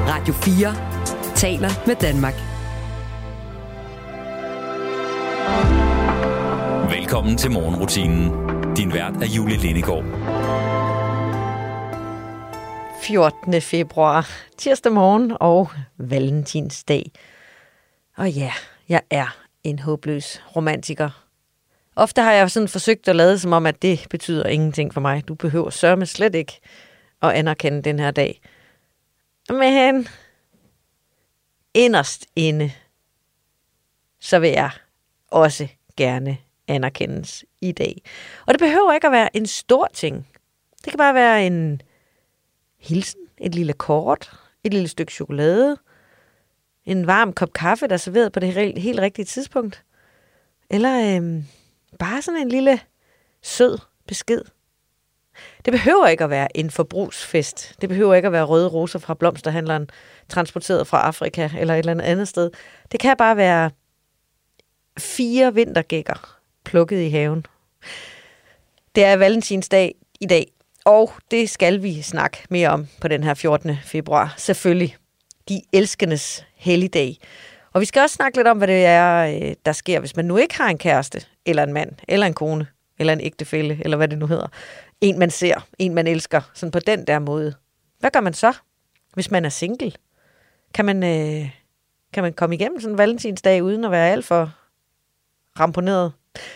Radio 4 taler med Danmark. Velkommen til morgenrutinen. Din vært er Julie Lindegård. 14. februar, tirsdag morgen og valentinsdag. Og ja, jeg er en håbløs romantiker. Ofte har jeg sådan forsøgt at lade som om, at det betyder ingenting for mig. Du behøver sørme slet ikke at anerkende den her dag. Men inderst inde, så vil jeg også gerne anerkendes i dag. Og det behøver ikke at være en stor ting. Det kan bare være en hilsen, et lille kort, et lille stykke chokolade, en varm kop kaffe, der er serveret på det helt rigtige tidspunkt. Eller bare sådan en lille sød besked. Det behøver ikke at være en forbrugsfest. Det behøver ikke at være røde roser fra blomsterhandleren, transporteret fra Afrika eller et eller andet sted. Det kan bare være 4 vintergækker plukket i haven. Det er valentinsdag i dag, og det skal vi snakke mere om på den her 14. februar. Selvfølgelig de elskendes helligdag. Og vi skal også snakke lidt om, hvad det er, der sker, hvis man nu ikke har en kæreste, eller en mand, eller en kone, eller en ægtefælle, eller hvad det nu hedder. En man ser, en man elsker, sådan på den der måde. Hvad gør man så, hvis man er single? Kan man komme igennem sådan en valentinsdag uden at være alt for ramponeret?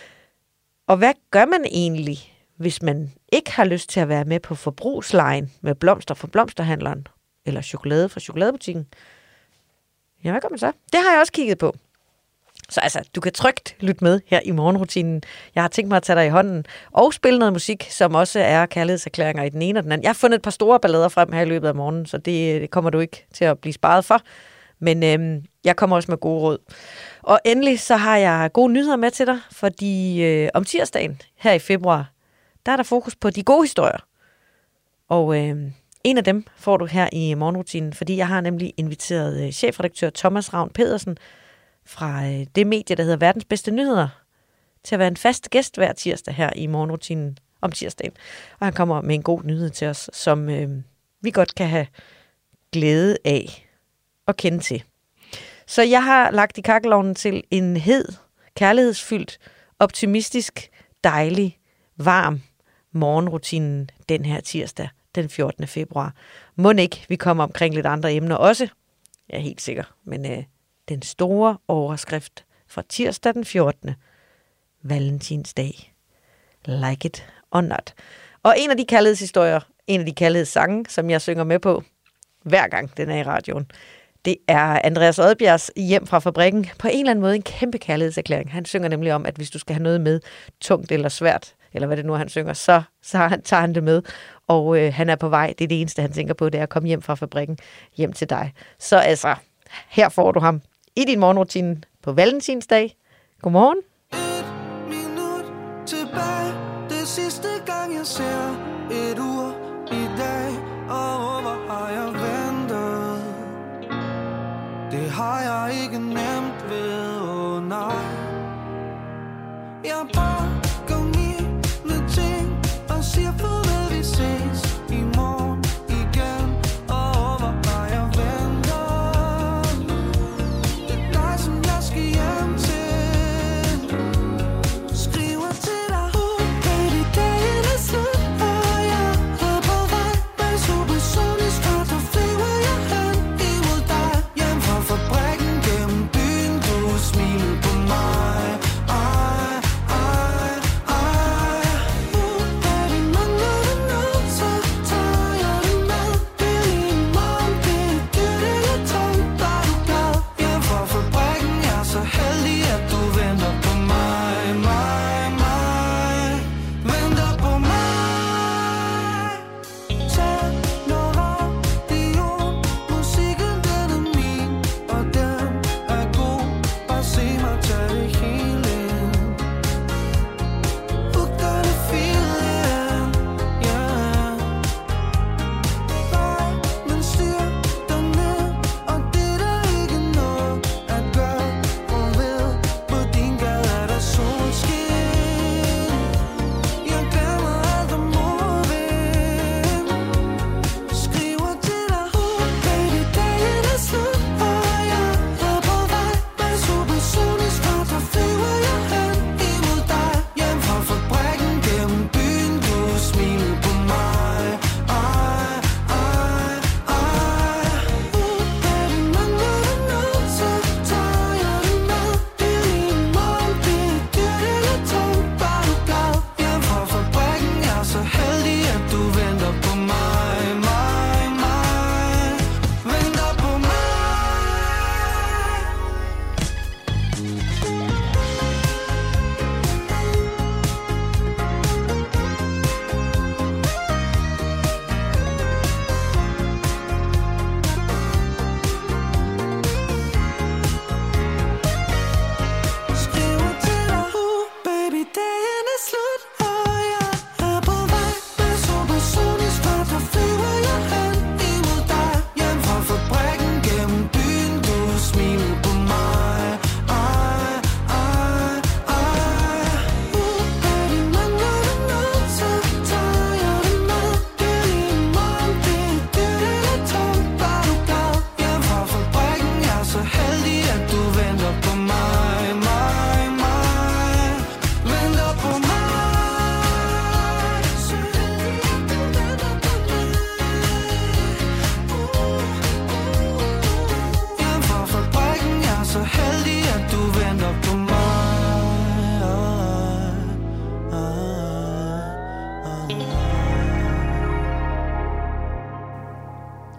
Og hvad gør man egentlig, hvis man ikke har lyst til at være med på forbrugslejen med blomster fra blomsterhandleren, eller chokolade fra chokoladebutikken? Ja, hvad gør man så? Det har jeg også kigget på. Så altså, du kan trygt lytte med her i morgenrutinen. Jeg har tænkt mig at tage dig i hånden og spille noget musik, som også er kærlighedserklæringer i den ene og den anden. Jeg har fundet et par store ballader frem her i løbet af morgenen, så det kommer du ikke til at blive sparet for. Men jeg kommer også med gode råd. Og endelig så har jeg gode nyheder med til dig, fordi om tirsdagen her i februar, der er der fokus på de gode historier. Og en af dem får du her i morgenrutinen, fordi jeg har nemlig inviteret chefredaktør Thomas Ravn Pedersen fra det medie, der hedder Verdens Bedste Nyheder, til at være en fast gæst hver tirsdag her i morgenrutinen om tirsdagen. Og han kommer med en god nyhed til os, som vi godt kan have glæde af at kende til. Så jeg har lagt i kakkelovnen til en hed, kærlighedsfyldt, optimistisk, dejlig, varm morgenrutinen den her tirsdag, den 14. februar. Må ikke, vi kommer omkring lidt andre emner også. Jeg er helt sikker, men den store overskrift fra tirsdag den 14. Valentinsdag. Like it or not. Og en af de kærlighedshistorier, en af de kærlighedssange, som jeg synger med på, hver gang den er i radioen, det er Andreas Odbjergs Hjem fra fabrikken. På en eller anden måde en kæmpe kærlighedserklæring. Han synger nemlig om, at hvis du skal have noget med tungt eller svært, eller hvad det nu er, han synger, så tager han det med. Og han er på vej. Det er det eneste, han tænker på, det er at komme hjem fra fabrikken, hjem til dig. Så altså, her får du ham i din morgenrutine på valentinsdag. Godmorgen. 1 minut tilbage, det sidste gang jeg ser et ur i dag. Og hvor har jeg ventet? Det har jeg ikke nemt ved, nej. Jeg bare går i med ting og siger farvel, vi ses i morgen igen. Og hvor har jeg ventet? Det er dig, som jeg skal hjem til. Skriver til dig, baby, dagen er slut. Og jeg er på vej med supersonisk fart. Og flyver jeg hen imod dig. Hjem fra fabrikken gennem byen.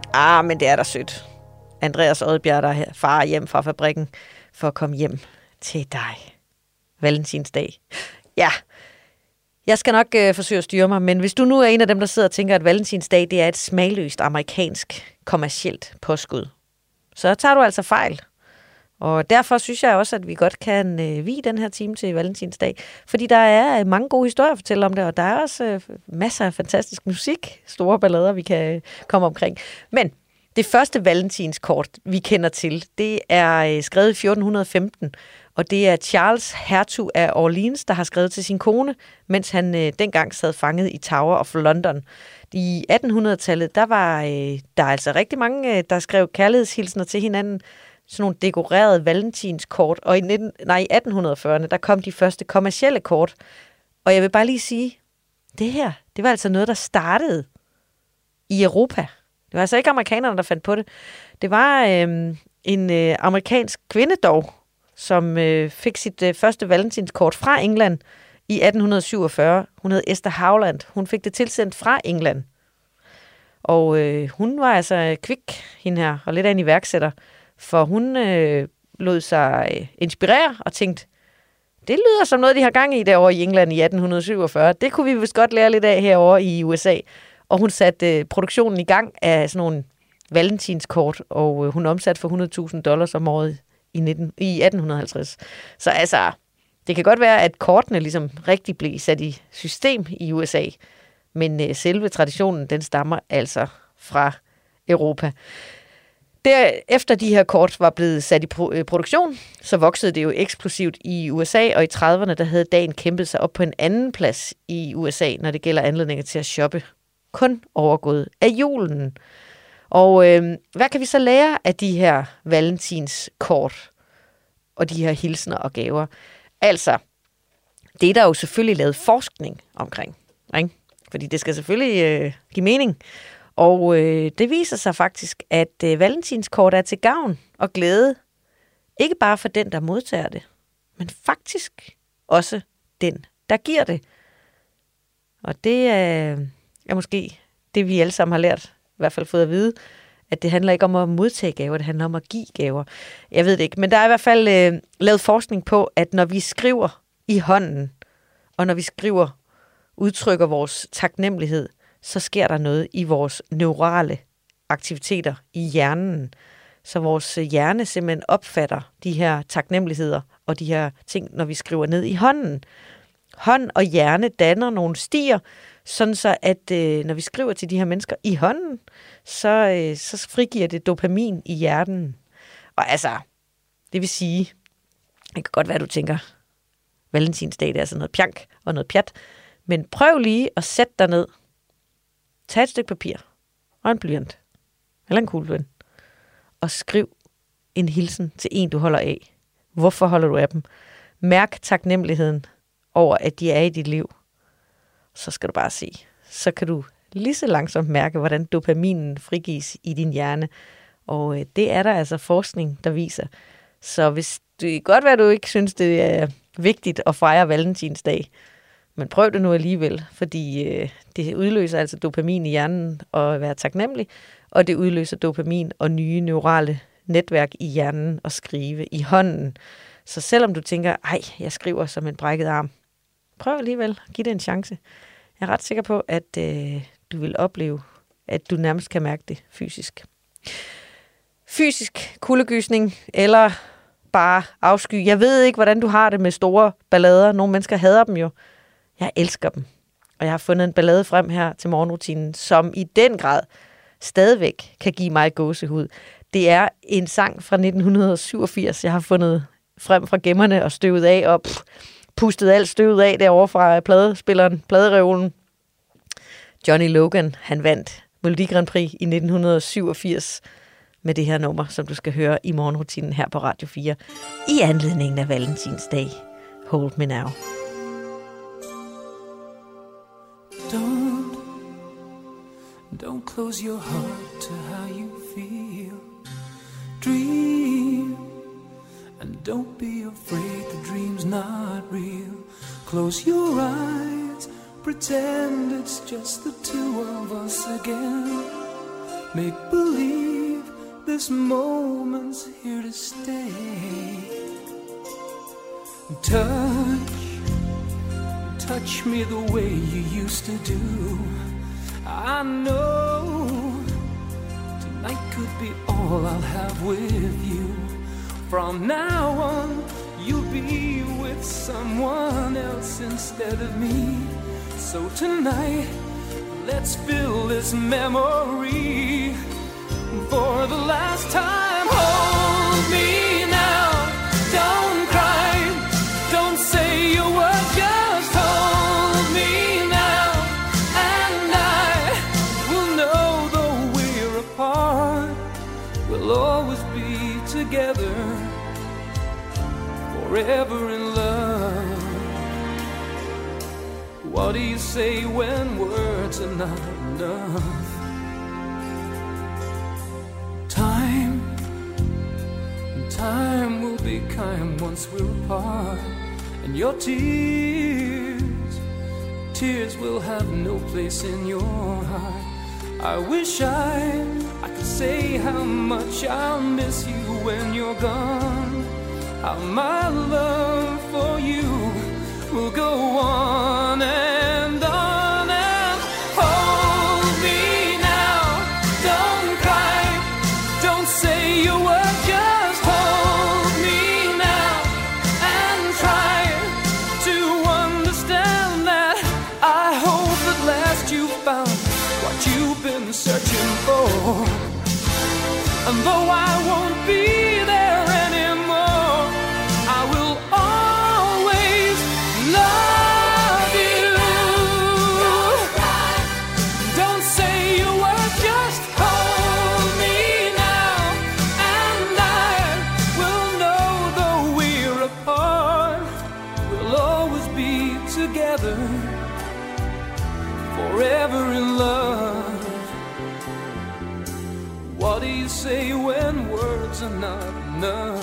Men det er da sødt. Andreas Odbjerg, der farer hjem fra fabrikken for at komme hjem til dig. Valentinsdag. Ja, jeg skal nok forsøge at styre mig, men hvis du nu er en af dem, der sidder og tænker, at Valentinsdag det er et smagløst amerikansk kommercielt påskud, så tager du altså fejl. Og derfor synes jeg også, at vi godt kan vie den her time til Valentinsdag, fordi der er mange gode historier at fortælle om det, og der er også masser af fantastisk musik, store ballader, vi kan komme omkring. Men det første valentinskort, vi kender til, det er skrevet i 1415, og det er Charles hertug af Orleans, der har skrevet til sin kone, mens han dengang sad fanget i Tower of London. I 1800-tallet, der var der altså rigtig mange, der skrev kærlighedshilsner til hinanden, sådan nogle dekorerede valentinskort, og i 1840'erne, der kom de første kommercielle kort. Og jeg vil bare lige sige, det her, det var altså noget, der startede i Europa. Det var altså ikke amerikanerne, der fandt på det. Det var en amerikansk kvinde dog, som fik sit første valentinskort fra England i 1847. Hun hed Esther Howland. Hun fik det tilsendt fra England. Og hun var altså kvik, hende her, og lidt af en iværksætter. For hun lod sig inspirere og tænkte, det lyder som noget, de har gang i derovre i England i 1847. Det kunne vi vist godt lære lidt af herovre i USA. Og hun satte produktionen i gang af sådan nogle valentinskort, og hun omsatte for $100,000 om året i 1850. Så altså, det kan godt være, at kortene ligesom rigtig blev sat i system i USA, men selve traditionen, den stammer altså fra Europa. Efter de her kort var blevet sat i produktion, så voksede det jo eksplosivt i USA, og i 30'erne, der havde dagen kæmpet sig op på en anden plads i USA, når det gælder anledninger til at shoppe. Kun overgået af julen. Og hvad kan vi så lære af de her valentinskort og de her hilsner og gaver? Altså, det er der jo selvfølgelig lavet forskning omkring, ikke? Fordi det skal selvfølgelig give mening. Og det viser sig faktisk, at valentinskort er til gavn og glæde, ikke bare for den, der modtager det, men faktisk også den, der giver det. Og det er måske det, vi alle sammen har lært, i hvert fald fået at vide, at det handler ikke om at modtage gaver, det handler om at give gaver. Jeg ved det ikke, men der er i hvert fald lavet forskning på, at når vi skriver i hånden, og når vi udtrykker vores taknemmelighed, så sker der noget i vores neurale aktiviteter i hjernen. Så vores hjerne simpelthen opfatter de her taknemmeligheder og de her ting, når vi skriver ned i hånden. Hånd og hjerne danner nogle stier, sådan så at når vi skriver til de her mennesker i hånden, så frigiver det dopamin i hjernen. Og altså, det vil sige, det kan godt være, du tænker, Valentinsdag det er altså noget pjank og noget pjat, men prøv lige at sætte dig ned. Tag et stykke papir og en blyant, eller en kuglepen, og skriv en hilsen til en, du holder af. Hvorfor holder du af dem? Mærk taknemmeligheden over, at de er i dit liv. Så skal du bare se. Så kan du lige så langsomt mærke, hvordan dopaminen frigives i din hjerne. Og det er der altså forskning, der viser. Så hvis det kan godt være, at du ikke synes, det er vigtigt at fejre Valentinsdag, men prøv det nu alligevel, fordi det udløser altså dopamin i hjernen at være taknemmelig, og det udløser dopamin og nye neurale netværk i hjernen at skrive i hånden. Så selvom du tænker, ej, jeg skriver som en brækket arm, prøv alligevel, giv det en chance. Jeg er ret sikker på, at du vil opleve, at du nærmest kan mærke det fysisk. Fysisk kuldegysning eller bare afsky. Jeg ved ikke, hvordan du har det med store ballader. Nogle mennesker hader dem jo. Jeg elsker dem. Og jeg har fundet en ballade frem her til morgenrutinen, som i den grad stadigvæk kan give mig gåsehud. Det er en sang fra 1987, jeg har fundet frem fra gemmerne og støvet af og pustet alt støvet af derovre fra pladespilleren, pladereolen. Johnny Logan, han vandt Melodi Grand Prix i 1987 med det her nummer, som du skal høre i morgenrutinen her på Radio 4 i anledningen af Valentinsdag. Hold Me Now. Don't close your heart to how you feel. Dream, and don't be afraid the dream's not real. Close your eyes, pretend it's just the two of us again. make believe this moment's here to stay. Touch me the way you used to do. I know tonight could be all I'll have with you. From now on, you'll be with someone else instead of me. So tonight, let's fill this memory for the last time. Hold me now, don't cry, don't say your word, just hold me now. And I will know though we're apart, we'll always be together, forever in love. What do you say when words are not enough? Time will be kind once we're apart. And your tears will have no place in your heart. I wish I could say how much I'll miss you when you're gone. How my love for you will go on and on and hold me now. Don't cry, don't say your word, just hold me now and try to understand that I hope at last you found what you've been searching for. And though I won't be there anymore, I will always love you. Don't say a word, just hold me now. And I will know though we're apart, we'll always be together, forever in love. What do you say when words are not enough?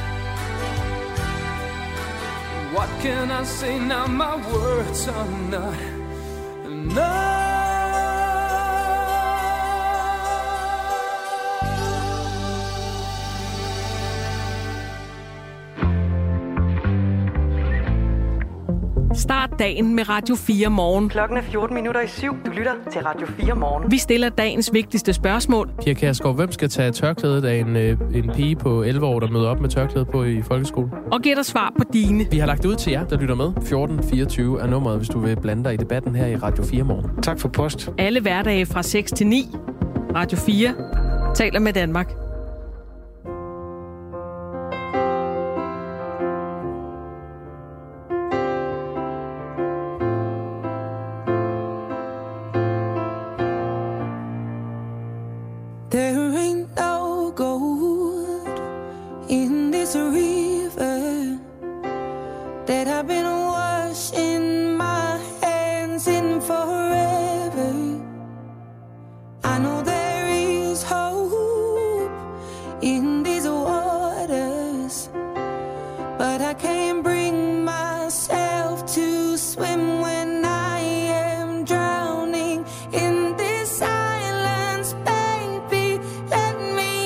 What can I say now? My words are not enough. Start dagen med Radio 4 morgen. Klokken er 7:14. Du lytter til Radio 4 morgen. Vi stiller dagens vigtigste spørgsmål. Pia Kjærsgaard, hvem skal tage tørklædet af en pige på 11 år, der møder op med tørklæde på i folkeskolen? Og giver dig svar på dine. Vi har lagt det ud til jer, der lytter med. 1424 er nummeret, hvis du vil blande dig i debatten her i Radio 4 morgen. Tak for post. Alle hverdage fra 6 til 9. Radio 4 taler med Danmark. There ain't no gold in this river that I've been washing my hands in forever. I know there is hope in these waters, but I can't bring myself to swim when I am drowning in this silence. Baby, let me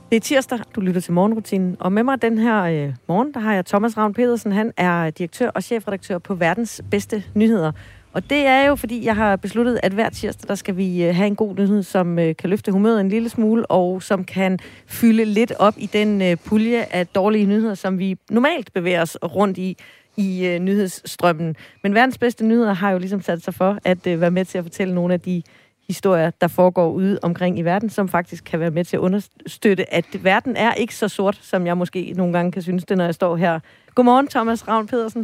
Det er tirsdag, du lytter til morgenrutinen, og med mig den her morgen, der har jeg Thomas Ravn-Pedersen. Han er direktør og chefredaktør på Verdens Bedste Nyheder. Og det er jo, fordi jeg har besluttet, at hver tirsdag, der skal vi have en god nyhed, som kan løfte humøret en lille smule, og som kan fylde lidt op i den pulje af dårlige nyheder, som vi normalt bevæger os rundt i nyhedsstrømmen. Men Verdens Bedste Nyheder har jo ligesom sat sig for at være med til at fortælle nogle af de historier, der foregår ude omkring i verden, som faktisk kan være med til at understøtte, at verden er ikke så sort, som jeg måske nogle gange kan synes det, når jeg står her. Godmorgen, Thomas Ravn-Pedersen.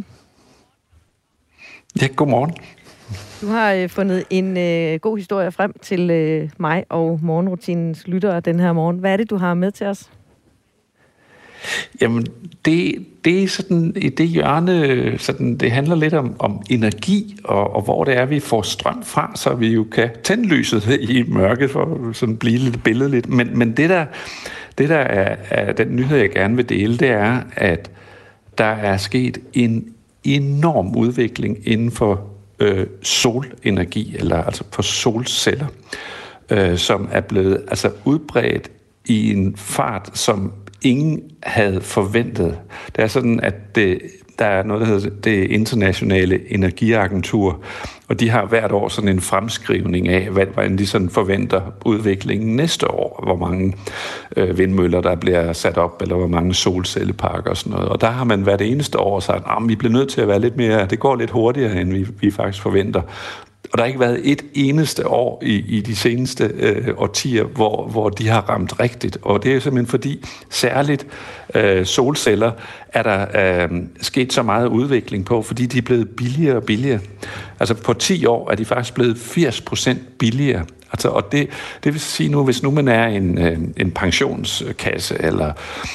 Ja, godmorgen. Du har fundet en god historie frem til mig og morgenrutinens lyttere den her morgen. Hvad er det, du har med til os? Jamen, det er sådan i det hjørne, sådan, det handler lidt om energi, og hvor det er, vi får strøm fra, så vi jo kan tænde lyset i mørket, for sådan blive lidt billedligt. Men det der er den nyhed, jeg gerne vil dele, det er, at der er sket en enorm udvikling inden for solenergi, eller altså for solceller, som er blevet altså udbredt i en fart, som ingen havde forventet. Det er sådan, at der er noget, der hedder det internationale energiagentur, og de har hvert år sådan en fremskrivning af, hvordan de sådan forventer udviklingen næste år, hvor mange vindmøller, der bliver sat op, eller hvor mange solcelleparker og sådan noget. Og der har man hvert eneste år sagt, at vi bliver nødt til at være lidt mere, det går lidt hurtigere, end vi faktisk forventer. Og der har ikke været et eneste år i de seneste årtier, hvor de har ramt rigtigt. Og det er simpelthen fordi, særligt solceller, er der sket så meget udvikling på, fordi de er blevet billigere og billigere. Altså på 10 år er de faktisk blevet 80% billigere. Altså, og det vil sige nu, hvis nu man er en pensionskasse eller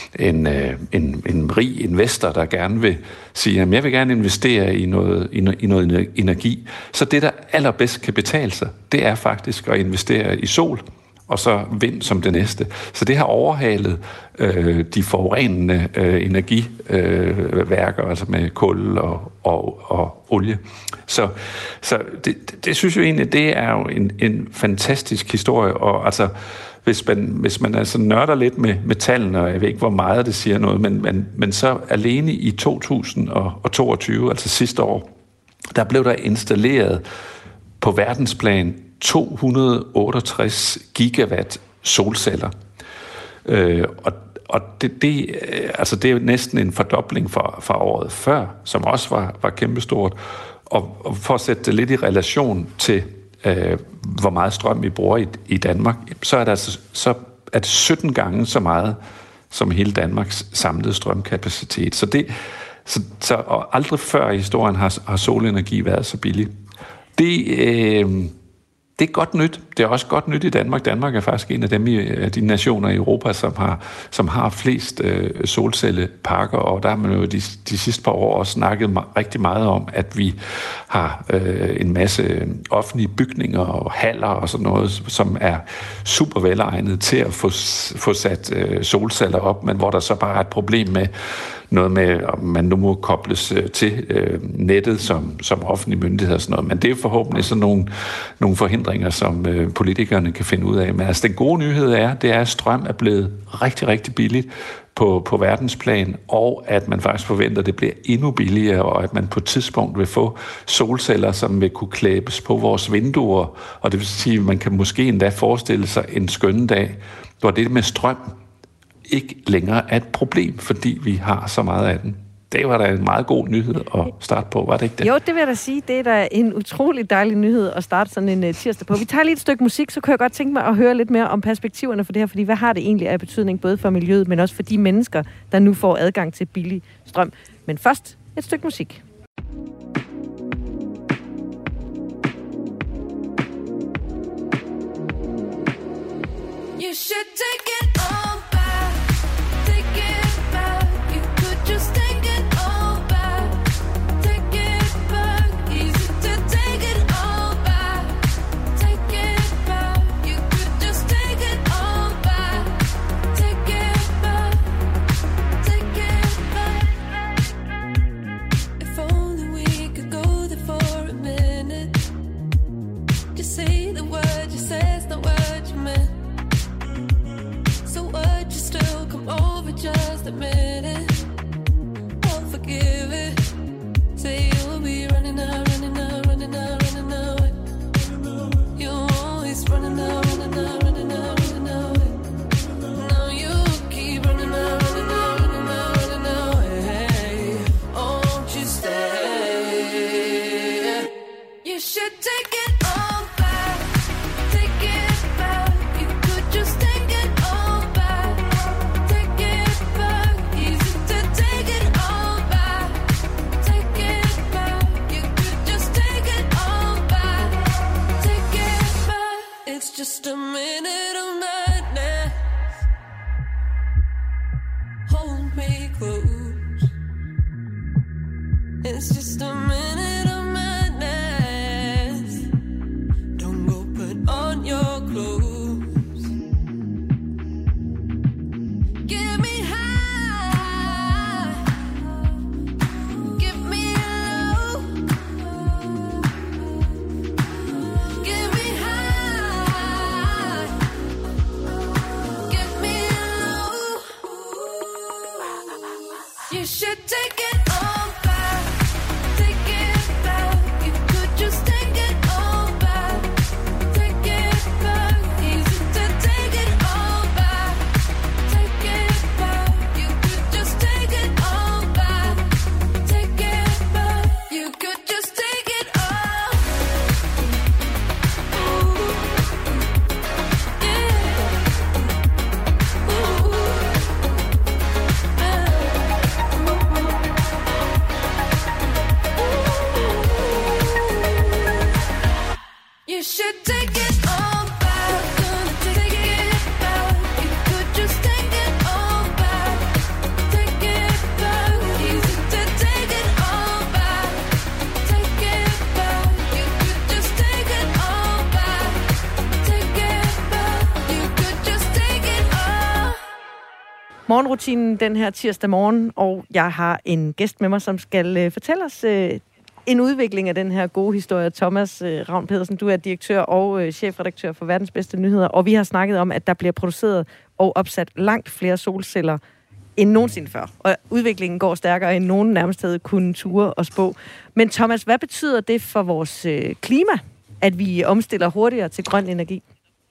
en rig investor, der gerne vil sige, at jeg vil gerne investere i noget energi, så det, der allerbedst kan betale sig, det er faktisk at investere i sol, og så vind som det næste. Så det har overhalet de forurenende energiværker, altså med kul og olie. Så det synes jeg egentlig, det er jo en fantastisk historie, og altså hvis man altså nørder lidt med tallene, og jeg ved ikke, hvor meget det siger noget, men så alene i 2022, altså sidste år, der blev der installeret på verdensplan 268 gigawatt solceller. Og det er jo næsten en fordobling fra året før, som også var kæmpestort. Og for at sætte det lidt i relation til, hvor meget strøm vi bruger i Danmark, så er det 17 gange så meget som hele Danmarks samlede strømkapacitet. Og aldrig før i historien har solenergi været så billig. Det er godt nyt. Det er også godt nyt i Danmark. Danmark er faktisk en af de nationer i Europa, som har flest solcelleparker, og der har man jo de sidste par år også snakket rigtig meget om, at vi har en masse offentlige bygninger og haller og sådan noget, som er super velegnet til at få sat solceller op, men hvor der så bare er et problem med noget med, om man nu må kobles til nettet som offentlig myndighed og sådan noget. Men det er forhåbentlig sådan nogle forhindringer, som politikerne kan finde ud af. Men altså den gode nyhed det er, at strøm er blevet rigtig, rigtig billigt på verdensplan, og at man faktisk forventer, at det bliver endnu billigere, og at man på et tidspunkt vil få solceller, som vil kunne klæbes på vores vinduer. Og det vil sige, at man kan måske endda forestille sig en skønne dag, hvor det med strøm ikke længere er et problem, fordi vi har så meget af den. Det var da en meget god nyhed at starte på, var det ikke det? Jo, det vil jeg da sige. Det er da en utrolig dejlig nyhed at starte sådan en tirsdag på. Vi tager lige et stykke musik, så kan jeg godt tænke mig at høre lidt mere om perspektiverne for det her, fordi hvad har det egentlig af betydning både for miljøet, men også for de mennesker, der nu får adgang til billig strøm. Men først et stykke musik. You should take it all back. Take it back. You could just take it all back. Take it back. Easy to take it all back. Take it back. You could just take it all back. Take it back. Take it back. If only we could go there for a minute. Just say the word, just say the word you meant. should take it all back. Take it back. You could just take it all back. Take it back. Easy to take it all back. Take it back. You could just take it all back. Take it back. It's just a minute of madness. Hold me close. It's just a minute of madness. Don't go put on your clothes. Get me high. Get me low. Get me high. Get me low. You should take it all back. Take it back. You could just take it all back. Take it back. Easy to take it all back. Take it back. You could just take it all back. Take it back. You could just take it all. Ooh. Yeah. Ooh. You should take it all back. Gonna take it back. You could just take it all back. Take it back. Easy to take it all back. Take it back. You could just take it all back. Take it back. You could just take it all. Morgenrutinen den her tirsdag morgen, og jeg har en gæst med mig, som skal fortælle os en udvikling af den her gode historie. Thomas Ravn Pedersen, du er direktør og chefredaktør for Verdens Bedste Nyheder, og vi har snakket om, at der bliver produceret og opsat langt flere solceller end nogensinde før. Og udviklingen går stærkere end nogen nærmest havde kunnet ture og spå. Men Thomas, hvad betyder det for vores klima, at vi omstiller hurtigere til grøn energi?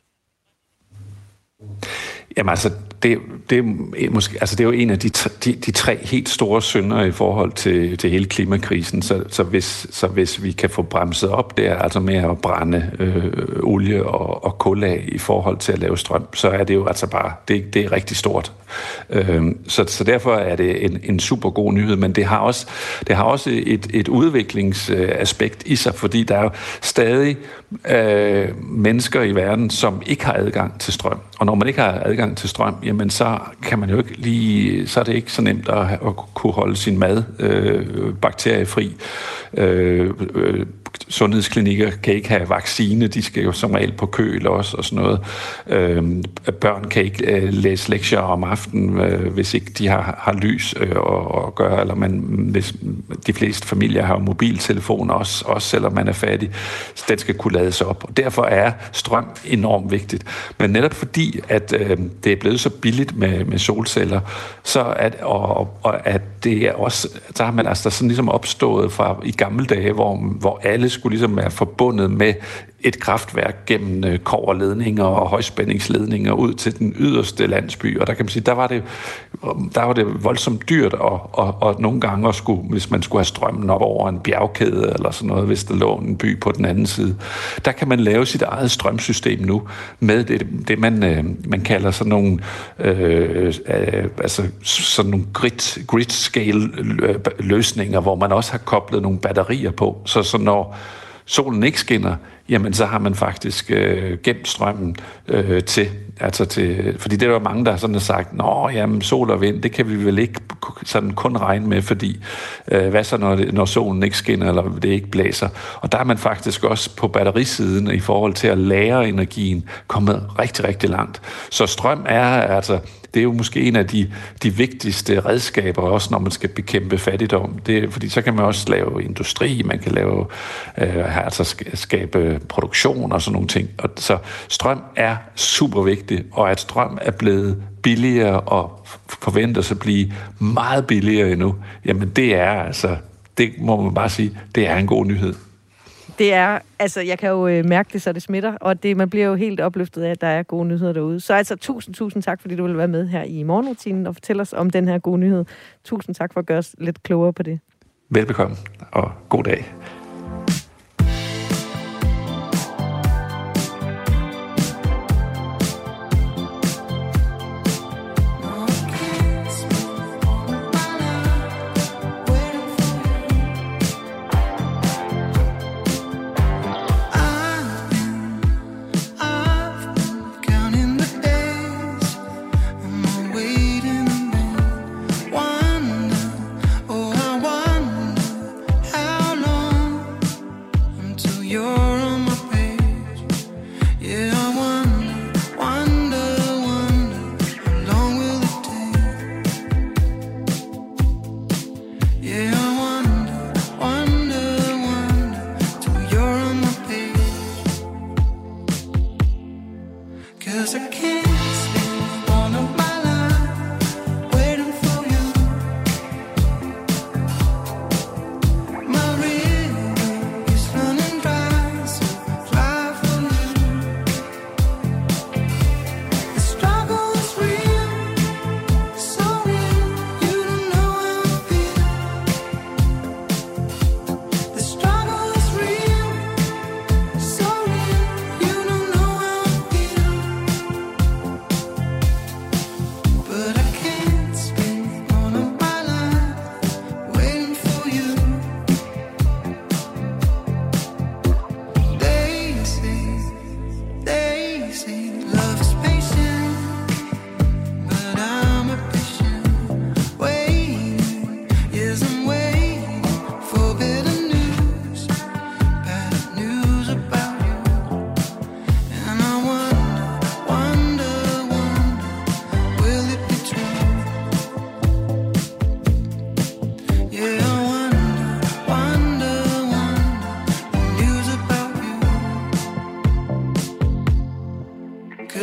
Jamen altså, det er jo en af de tre helt store synder i forhold til hele klimakrisen. Så hvis vi kan få bremset op der, altså med at brænde olie og kul af i forhold til at lave strøm, så er det jo altså bare, det er rigtig stort. Så derfor er det en super god nyhed, men det har også et udviklingsaspekt i sig, fordi der er jo stadig mennesker i verden, som ikke har adgang til strøm. Og når man ikke har adgang til strøm, jamen så kan man jo ikke lige, så er det ikke så nemt at kunne holde sin mad bakteriefri. Sundhedsklinikker kan ikke have vaccine, de skal jo som regel på køl også og sådan noget. Børn kan ikke læse lektier om aftenen, hvis ikke de har lys at gøre, eller hvis de fleste familier har mobiltelefoner også selvom man er fattig. Den skal kunne lades op, og derfor er strøm enormt vigtigt. Men netop fordi, at det er blevet så billigt med solceller, så at det er også, så har man altså sådan ligesom opstået fra i gamle dage, hvor alle skulle ligesom være forbundet med et kraftværk gennem kobberledninger og højspændingsledninger ud til den yderste landsby. Og der kan man sige, der var det voldsomt dyrt, og nogle gange også hvis man skulle have strømmen op over en bjergkæde eller sådan noget, hvis der lå en by på den anden side. Der kan man lave sit eget strømsystem nu med det man kalder sådan nogle sådan nogle grid scale løsninger, hvor man også har koblet nogle batterier på, så når solen ikke skinner, jamen så har man faktisk gemt strømmen til, fordi det er jo mange, der sådan har sagt, jamen sol og vind, det kan vi vel ikke sådan kun regne med, fordi hvad så når solen ikke skinner, eller det ikke blæser. Og der er man faktisk også på batterisiden i forhold til at lagre energien kommet rigtig, rigtig langt. Så strøm er det er jo måske en af de vigtigste redskaber, også når man skal bekæmpe fattigdom. Fordi så kan man også lave industri, man kan lave skabe produktion og sådan nogle ting. Og så strøm er super vigtigt, og at strøm er blevet billigere og forventes at blive meget billigere endnu, jamen det må man bare sige, det er en god nyhed. Det er, jeg kan jo mærke det, så det smitter, og man bliver jo helt opløftet af, at der er gode nyheder derude. Så tusind tak, fordi du vil være med her i morgenrutinen og fortælle os om den her gode nyhed. Tusind tak for at gøre os lidt klogere på det. Velbekomme, og god dag.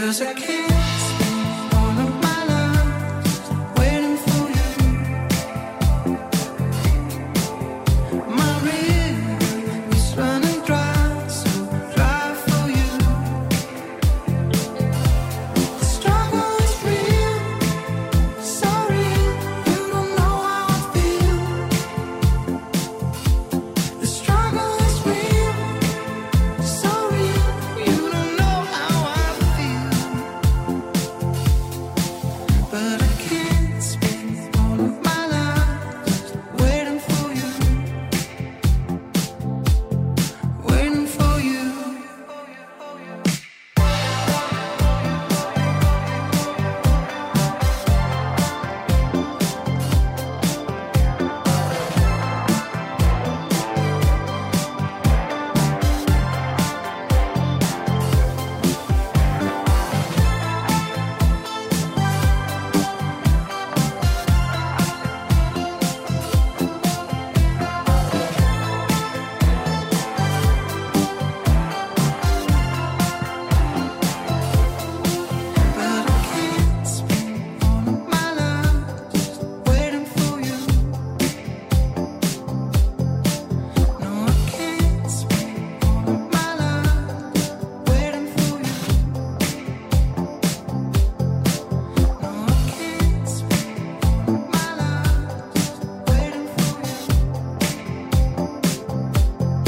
'Cause I can't spend all of my life waiting for you. My river is running dry, so dry for you. The struggle is real, so real. You don't know how I feel. The struggle is real, so real. You don't know how I feel. But I can't spend all of my life just waiting for you. Waiting for you. But I can't spend all of my life just waiting for you. No, I can't spend all of my life waiting for you. No, I can't spend all of my life just waiting for you. No, I can't spend all of my life waiting for you.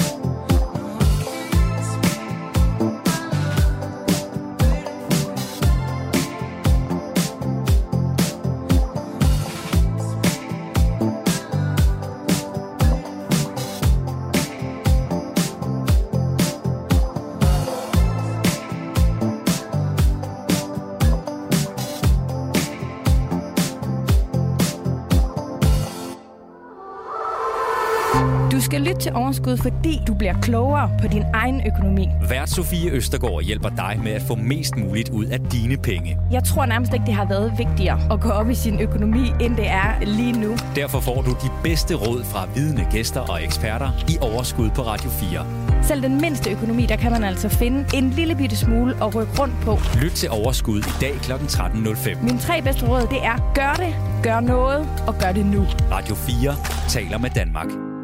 Du skal lytte til Overskud, fordi du bliver klogere på din egen økonomi. Vært Sofie Østergaard hjælper dig med at få mest muligt ud af dine penge. Jeg tror nærmest ikke, det har været vigtigere at gå op i sin økonomi, end det er lige nu. Derfor får du de bedste råd fra vidende gæster og eksperter i Overskud på Radio 4. Selv den mindste økonomi, der kan man altså finde en lille bitte smule at rykke rundt på. Lyt til Overskud i dag kl. 13.05. Mine 3 bedste råd, det er gør det, gør noget og gør det nu. Radio 4 taler med Danmark.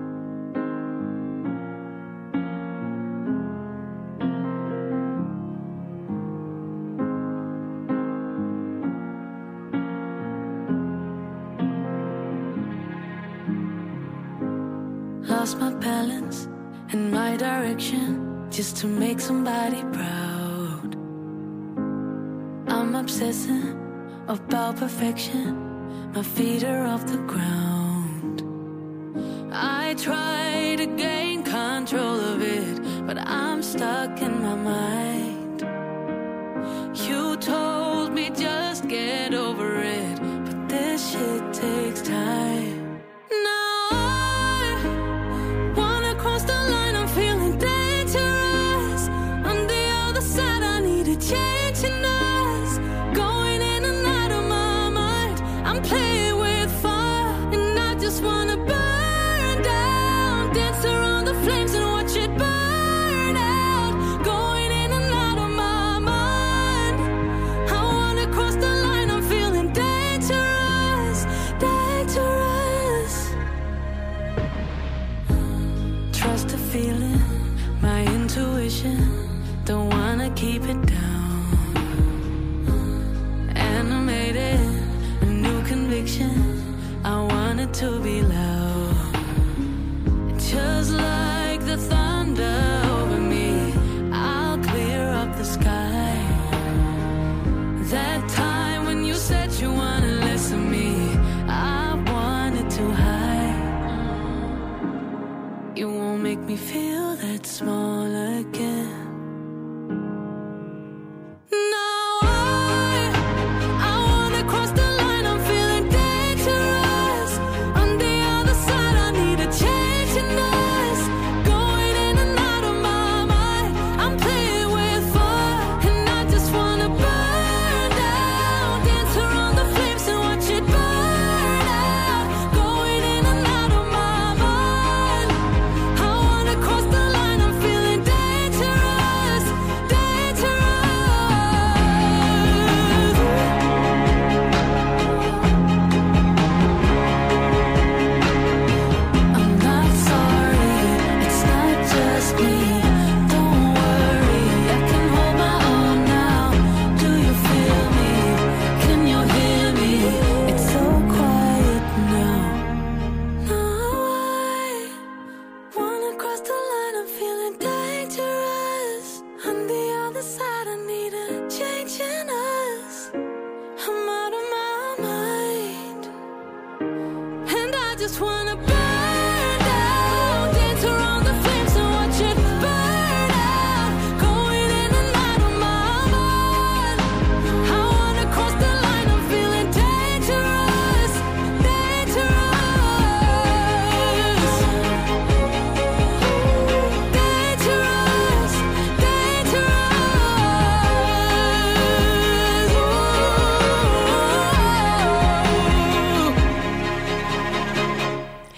Lost my balance and my direction just to make somebody proud. I'm obsessing about perfection. My feet are off the ground. I try to gain control of it, but I'm stuck in my mind. You told me just get over it, but this shit takes time. Now I wanna cross the line, I'm feeling dangerous. On the other side, I need a change in us. Going in and out of my mind, I'm playing with fire, and I just wanna burn down. Dance around the flames and watch it burn out. Going in and out of my mind, I wanna cross the line, I'm feeling dangerous, dangerous. Trust the feeling, my intuition, don't wanna keep it down. Animated, a new conviction, I want it to be loud. Just like the thunder over me, I'll clear up the sky. That time when you said you wanna listen to me, I wanted to hide. You won't make me feel that small again. Now I wanna cross the line, I'm feeling dangerous. On the other side, I need a change in us. Going in and out of my mind, I'm playing with fire, and I just wanna burn down. Dance around the flames and watch it burn out. Going in and out of my mind, I wanna cross the line, I'm feeling dangerous.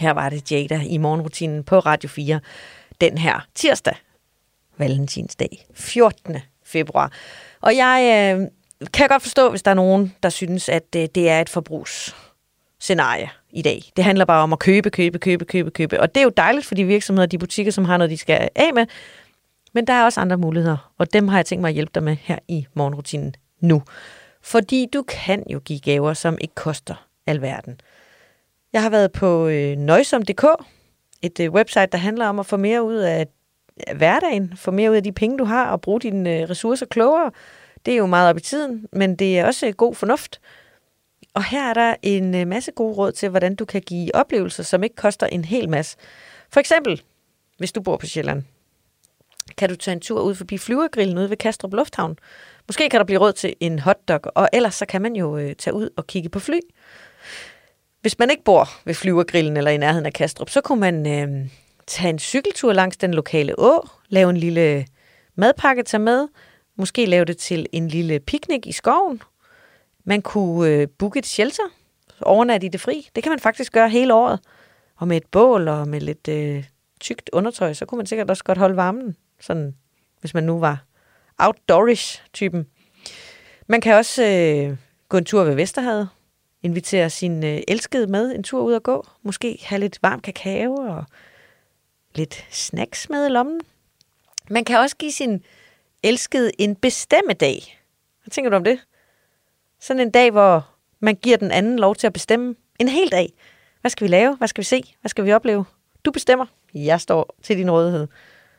Her var det Jada i morgenrutinen på Radio 4 den her tirsdag, valentinsdag, 14. februar. Og jeg kan godt forstå, hvis der er nogen, der synes, at det er et forbrugsscenarie i dag. Det handler bare om at købe. Og det er jo dejligt for de virksomheder, de butikker, som har noget, de skal af med. Men der er også andre muligheder, og dem har jeg tænkt mig at hjælpe dig med her i morgenrutinen nu. Fordi du kan jo give gaver, som ikke koster alverden. Jeg har været på nøjsom.dk, et website, der handler om at få mere ud af hverdagen, få mere ud af de penge, du har, og bruge dine ressourcer klogere. Det er jo meget op i tiden, men det er også god fornuft. Og her er der en masse gode råd til, hvordan du kan give oplevelser, som ikke koster en hel masse. For eksempel, hvis du bor på Sjælland, kan du tage en tur ud forbi Flyvergrillen ude ved Kastrup Lufthavn. Måske kan der blive råd til en hotdog, og ellers så kan man jo tage ud og kigge på fly. Hvis man ikke bor ved Flyvergrillen eller i nærheden af Kastrup, så kunne man tage en cykeltur langs den lokale å, lave en lille madpakke, tage med, måske lave det til en lille picnic i skoven. Man kunne booke et shelter, overnatte i det fri. Det kan man faktisk gøre hele året. Og med et bål og med lidt tykt undertøj, så kunne man sikkert også godt holde varmen, sådan, hvis man nu var outdoorish-typen. Man kan også gå en tur ved Vesterhavet, invitere sin elskede med en tur ud at gå, måske have lidt varm kakao og lidt snacks med i lommen. Man kan også give sin elskede en bestemmedag. Hvad tænker du om det? Sådan en dag, hvor man giver den anden lov til at bestemme en hel dag. Hvad skal vi lave? Hvad skal vi se? Hvad skal vi opleve? Du bestemmer. Jeg står til din rådighed.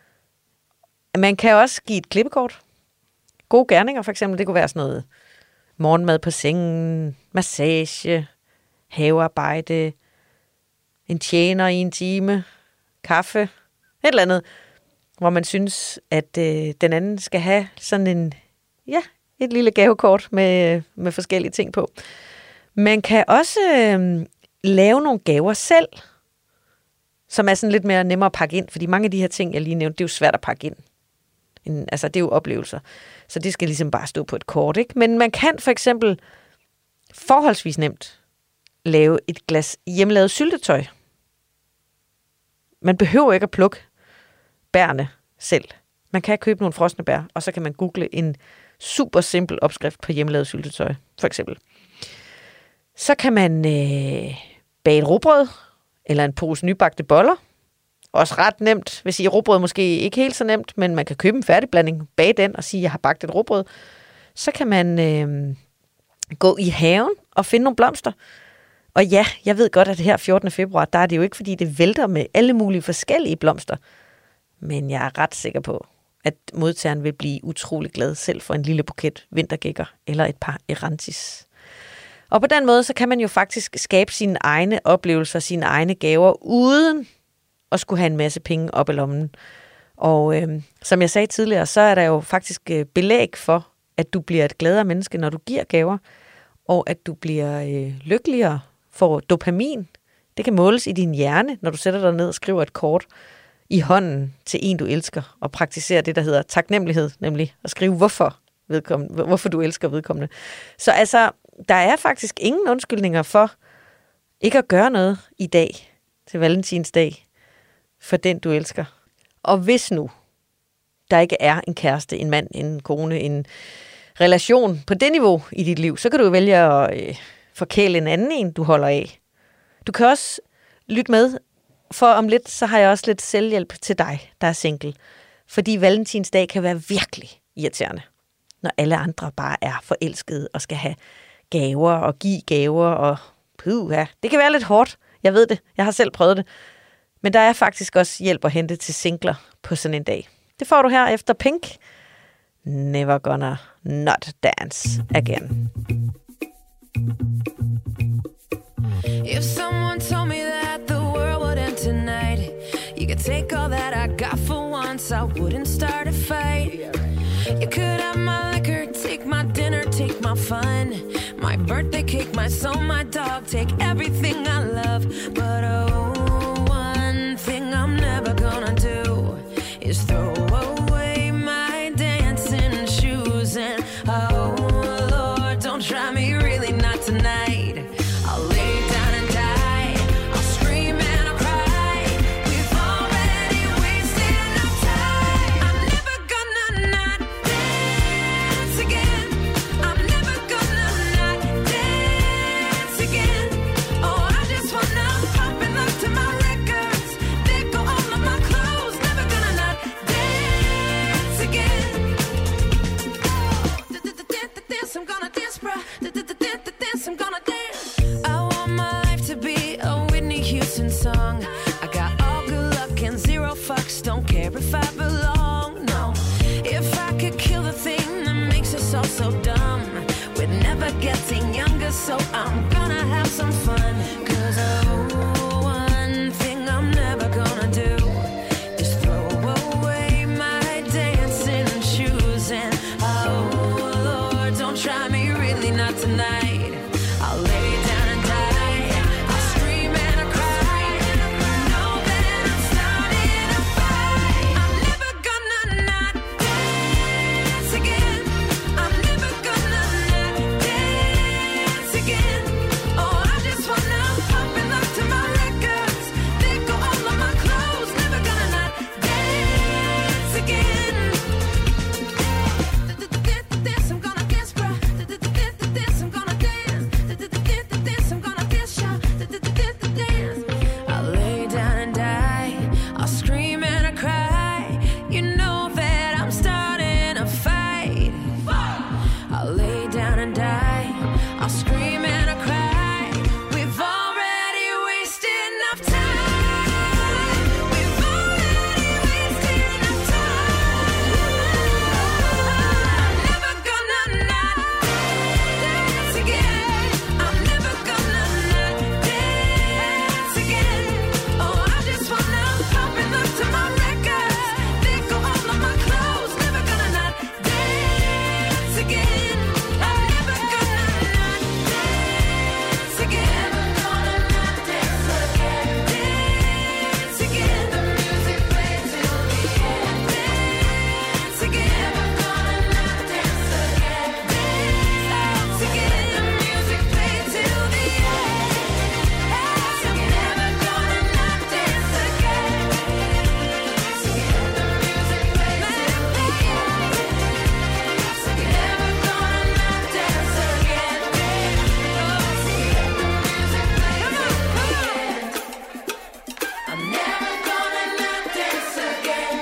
Man kan også give et klippekort. Gode gerninger for eksempel. Det kunne være sådan noget morgenmad på sengen, massage, havearbejde, en tjener i en time, kaffe, et eller andet, hvor man synes, at den anden skal have sådan et lille gavekort med forskellige ting på. Man kan også lave nogle gaver selv, som er sådan lidt mere nemmere at pakke ind, fordi mange af de her ting, jeg lige nævnte, det er jo svært at pakke ind. Altså, det er jo oplevelser. Så det skal ligesom bare stå på et kort, ikke? Men man kan for eksempel forholdsvis nemt lave et glas hjemmelavet syltetøj. Man behøver ikke at plukke bærene selv. Man kan købe nogle frosne bær, og så kan man google en super simpel opskrift på hjemmelavet syltetøj, for eksempel. Så kan man bage et rugbrød, eller en pose nybagte boller. Også ret nemt. Hvis I rugbrød måske ikke helt så nemt, men man kan købe en færdigblanding, bage den og sige, at jeg har bagt et rugbrød. Så kan man gå i haven og finde nogle blomster. Og ja, jeg ved godt, at her 14. februar, der er det jo ikke, fordi det vælter med alle mulige forskellige blomster. Men jeg er ret sikker på, at modtageren vil blive utrolig glad selv for en lille buket vintergækker eller et par erantis. Og på den måde, så kan man jo faktisk skabe sine egne oplevelser, sine egne gaver, uden at skulle have en masse penge op i lommen. Og som jeg sagde tidligere, så er der jo faktisk belæg for, at du bliver et gladere menneske, når du giver gaver, og at du bliver lykkeligere, får dopamin. Det kan måles i din hjerne, når du sætter dig ned og skriver et kort i hånden til en, du elsker, og praktiserer det, der hedder taknemmelighed, nemlig at skrive, hvorfor du elsker vedkommende. Så altså, der er faktisk ingen undskyldninger for ikke at gøre noget i dag, til valentinsdag, for den, du elsker. Og hvis nu der ikke er en kæreste, en mand, en kone, en relation på det niveau i dit liv, så kan du vælge at forkæle en anden en, du holder af. Du kan også lytte med, for om lidt, så har jeg også lidt selvhjælp til dig, der er single. Fordi valentinsdag kan være virkelig irriterende, når alle andre bare er forelskede og skal have gaver og give gaver. Og puha, det kan være lidt hårdt. Jeg ved det. Jeg har selv prøvet det. Men der er faktisk også hjælp at hente til singler på sådan en dag. Det får du her efter Pink. Never gonna not dance again. If someone told me that the world would end tonight, you could take all that I got for once, I wouldn't start a fight. You could have my liquor, take my dinner, take my fun, my birthday cake, my soul, my dog, take everything I love. But oh, one thing I'm never gonna do is throw away my dancing shoes. And oh Lord, don't try me, really not tonight. I'll lay down and die, I'll scream and I'll cry. fucks, don't care if I belong, no. If I could kill the thing that makes us all so dumb, we're never getting younger, so I'm gonna have some fun. 'Cause one thing I'm never gonna do is throw away my dancing shoes. And oh Lord, don't try me, really not tonight. I'll lay down and die, I'll scream and I'll cry. Know that I'm starting a fight. I'm never gonna not dance again. I'm never gonna not dance again. Oh, I just wanna pop and look to my records. They go all of my clothes. Never gonna not dance again. This I'm gonna dance, bruh. This I'm gonna dance. This I'm gonna dance, y'all. Dance. I'll lay down and die. I'll scream and I cry. You know that I'm starting a fight. I'll lay down and die. I'll scream and I cry. We've already wasted enough time. We've already wasted enough time. I'm never gonna not dance again. I'm never gonna not dance again. Oh, I just wanna pop and look to my records. They go all of my clothes. Never gonna not dance again. I'm never gonna not dance again. Never gonna not dance again. Dance again. The music plays till the end. Dance again. Never gonna not dance again. Dance again. The music plays till the end. Dance again. Never gonna not dance again. Dance again. The music plays till the end. Dance again. Never gonna not dance again. Dance again. The music plays till the end. I'm never gonna not dance again.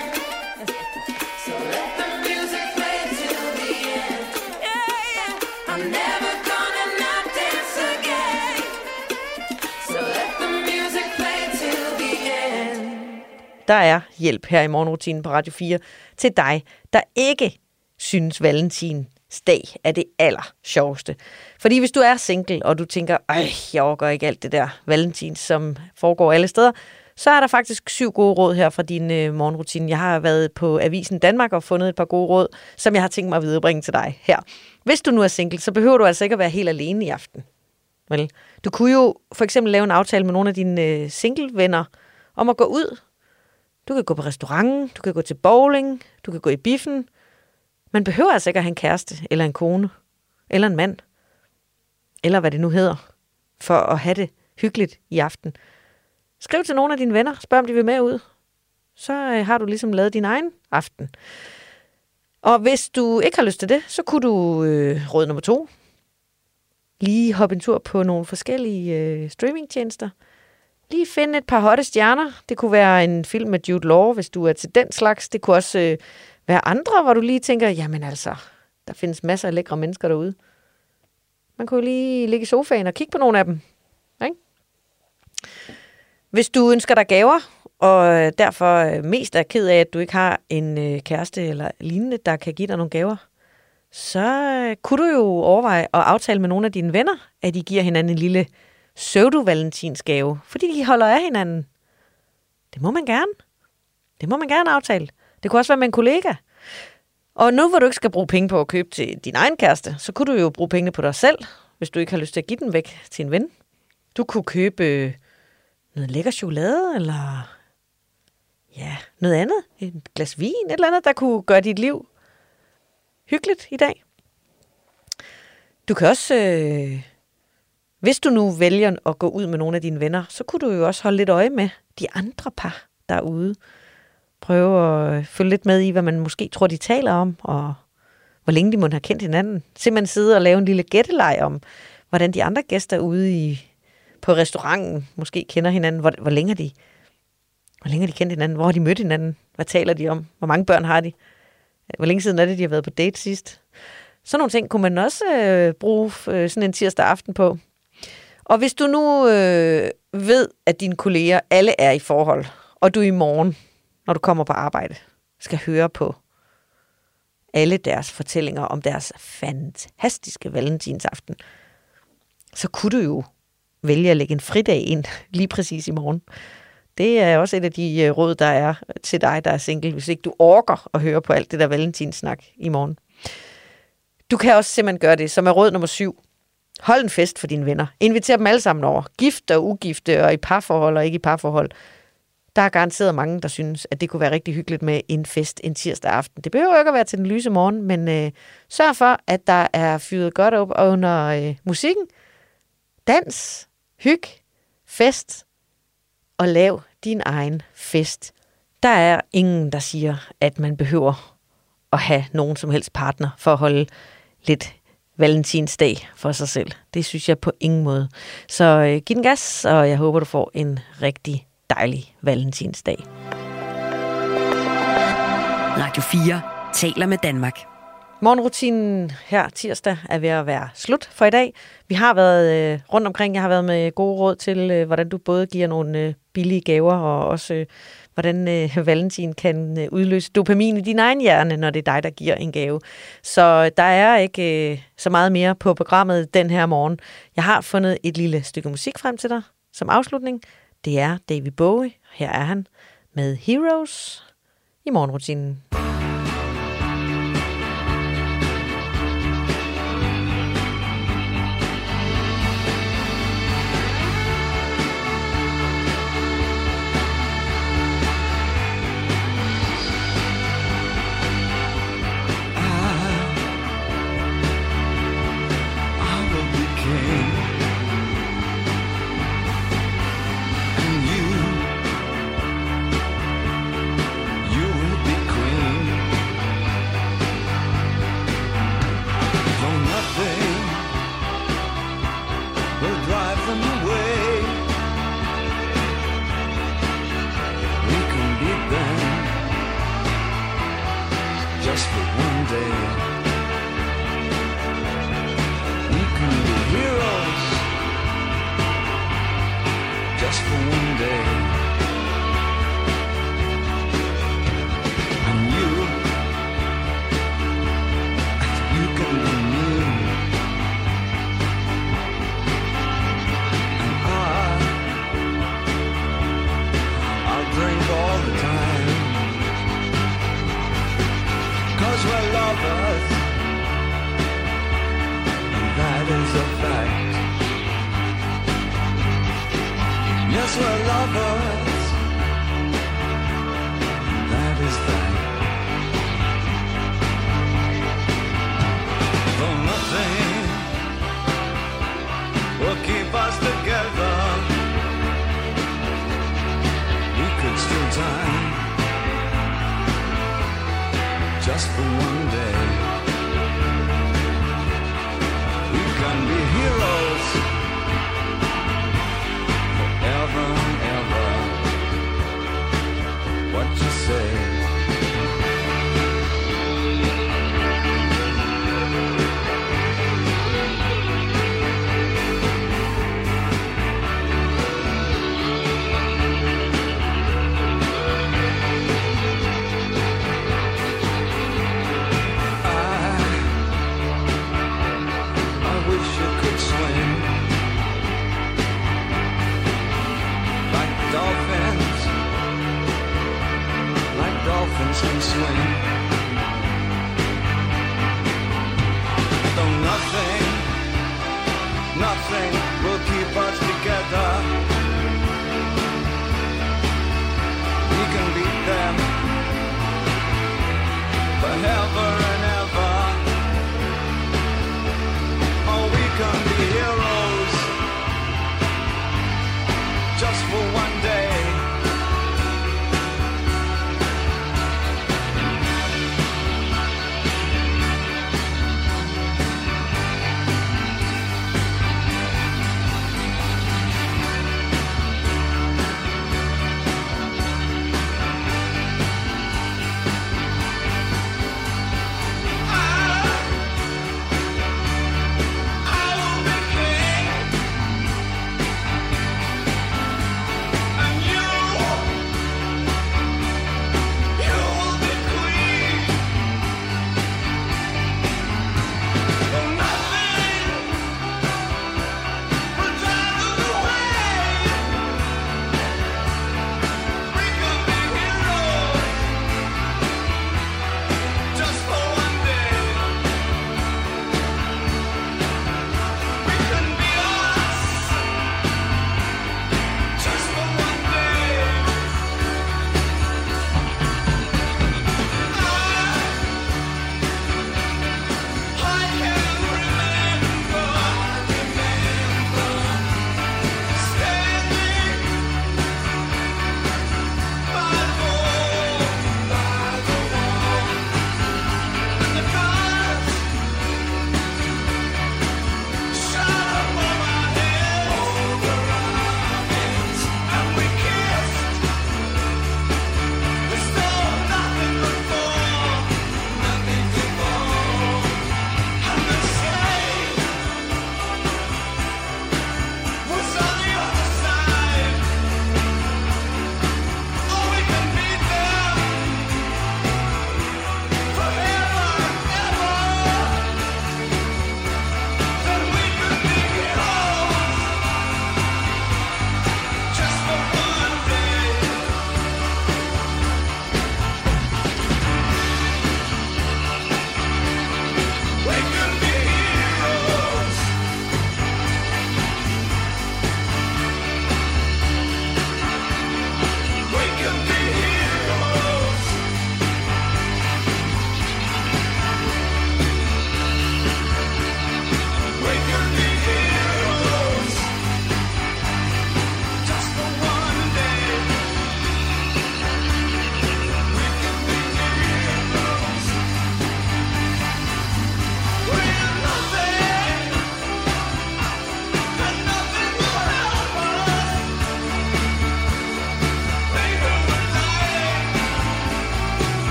So let the music play till the end. Yeah. I'm never gonna not dance again. So let the music play till the end. Der er hjælp her i morgenrutinen på Radio 4 til dig, der ikke synes valentinsdag er det aller sjoveste. Fordi hvis du er single, og du tænker, jeg overgår ikke alt det der valentins, som foregår alle steder, så er der faktisk 7 gode råd her fra din morgenrutine. Jeg har været på Avisen Danmark og fundet et par gode råd, som jeg har tænkt mig at viderebringe til dig her. Hvis du nu er single, så behøver du altså ikke at være helt alene i aften. Vel? Du kunne jo for eksempel lave en aftale med nogle af dine single-venner om at gå ud. Du kan gå på restauranten, du kan gå til bowling, du kan gå i biffen. Man behøver altså ikke at have en kæreste, eller en kone, eller en mand, eller hvad det nu hedder, for at have det hyggeligt i aften. Skriv til nogle af dine venner, spørg om de vil med ud. Så har du ligesom lavet din egen aften. Og hvis du ikke har lyst til det, så kunne du råd nummer 2. Lige hoppe en tur på nogle forskellige streamingtjenester. Lige finde et par hotte stjerner. Det kunne være en film med Jude Law, hvis du er til den slags. Det kunne også være andre, hvor du lige tænker, jamen altså, der findes masser af lækre mennesker derude. Man kunne jo lige ligge i sofaen og kigge på nogle af dem. Ikke? Hvis du ønsker dig gaver, og derfor mest er ked af, at du ikke har en kæreste eller lignende, der kan give dig nogle gaver, så kunne du jo overveje at aftale med nogle af dine venner, at de giver hinanden en lille pseudo-valentinsgave, fordi de holder af hinanden. Det må man gerne. Det må man gerne aftale. Det kunne også være med en kollega. Og nu hvor du ikke skal bruge penge på at købe til din egen kæreste, så kunne du jo bruge pengene på dig selv, hvis du ikke har lyst til at give den væk til en ven. Du kunne købe noget lækker chokolade, eller noget andet. Et glas vin, et eller andet, der kunne gøre dit liv hyggeligt i dag. Du kan også, hvis du nu vælger at gå ud med nogle af dine venner, så kunne du jo også holde lidt øje med de andre par derude. Prøve at følge lidt med i, hvad man måske tror, de taler om, og hvor længe de må have kendt hinanden. Simpelthen sidde og lave en lille gætteleg om, hvordan de andre gæster ude på restauranten måske kender hinanden. Hvor længe har de kendt hinanden? Hvor har de mødt hinanden? Hvad taler de om? Hvor mange børn har de? Hvor længe siden er det, de har været på date sidst? Sådan nogle ting kunne man også bruge sådan en tirsdag aften på. Og hvis du nu ved, at dine kolleger alle er i forhold, og du i morgen når du kommer på arbejde, skal høre på alle deres fortællinger om deres fantastiske valentinsaften, så kunne du jo vælge at lægge en fridag ind lige præcis i morgen. Det er også et af de råd, der er til dig, der er single, hvis ikke du orker at høre på alt det der valentinssnak i morgen. Du kan også simpelthen gøre det, som er råd nummer 7. Hold en fest for dine venner. Inviter dem alle sammen over. Gifte og ugifte og i parforhold og ikke i parforhold. Der er garanteret mange, der synes, at det kunne være rigtig hyggeligt med en fest en tirsdag aften. Det behøver ikke at være til den lyse morgen, men sørg for, at der er fyret godt op under musikken. Dans, hyg, fest og lav din egen fest. Der er ingen, der siger, at man behøver at have nogen som helst partner for at holde lidt valentinsdag for sig selv. Det synes jeg på ingen måde. Så giv den gas, og jeg håber, du får en rigtig dejlig valentinsdag. Radio 4 taler med Danmark. Morgenrutinen her tirsdag er ved at være slut for i dag. Vi har været rundt omkring. Jeg har været med gode råd til, hvordan du både giver nogle billige gaver, og også hvordan valentin kan udløse dopamin i din egen hjerne, når det er dig, der giver en gave. Så der er ikke så meget mere på programmet den her morgen. Jeg har fundet et lille stykke musik frem til dig som afslutning. Det er David Bowie. Her er han med Heroes i morgenrutinen. Just for one day, we can be heroes forever and ever. What you say? Dolphins can swim. Though nothing will keep us together. We can beat them forever.